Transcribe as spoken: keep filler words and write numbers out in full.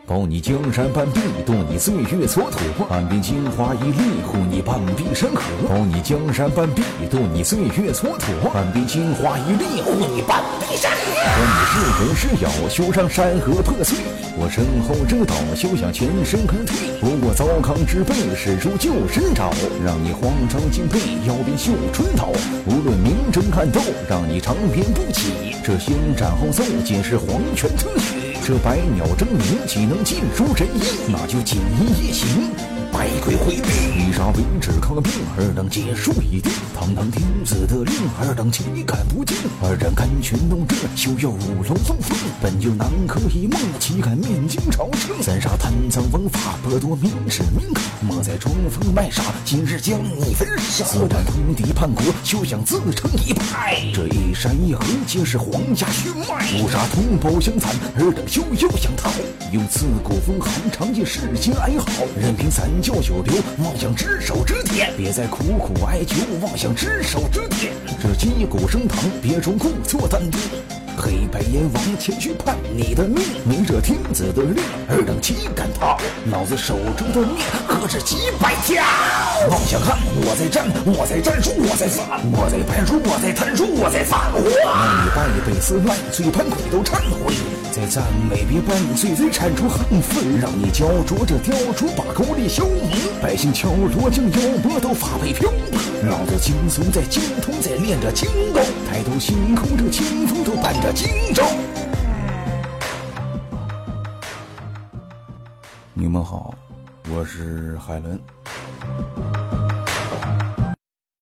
保你江山半壁，渡你岁月蹉跎。半壁金花一粒，护你半壁山河。保你江山半壁，渡你岁月蹉跎。半壁金花一粒，护你半壁山河。管你是人是妖，修上山河破碎。我身后这刀，休想全身而退。不过糟糠之辈，使出救身招，让你皇上敬佩，腰鞭绣春刀。无论明争暗斗，让你长鞭不起。这先斩后奏，皆是皇权特许。这百鸟争鸣，岂能尽如人意？那就锦衣夜行，百鬼回避。以杀为止，抗病，尔等结束一定。堂堂天子的令，尔等岂敢不敬？二人甘泉弄这，休要五楼纵风。本就南柯一梦，岂敢面惊朝廷？三杀贪赃枉法，剥夺民脂民膏。莫在冲锋卖杀，今日将你焚烧。四战通敌叛国，休想自成一派。这一山一河，皆是皇家血脉。误杀同胞相残，尔等休要想逃。有刺骨风寒，长夜世间哀嚎。任凭三教九流，妄想只手遮天。别再苦苦哀求，妄想只手遮天。这击鼓升堂，别中故作淡定。黑白阎王前去判你的命，没这天子的令，尔等岂敢逃？老子手中的命，何止几百条？妄想看我在战，我在战术，我在犯，我在判书，我在谈书，我在犯话。那你败北四万，最潘鬼都忏悔。在赞美别拌嘴嘴，铲除恨愤，让你焦灼着雕琢，把功力消弭。百姓敲锣将腰搏都发配漂泊。老子轻松在精通，在练着轻功，抬头星空这清风都伴着荆州。你们好，我是海伦。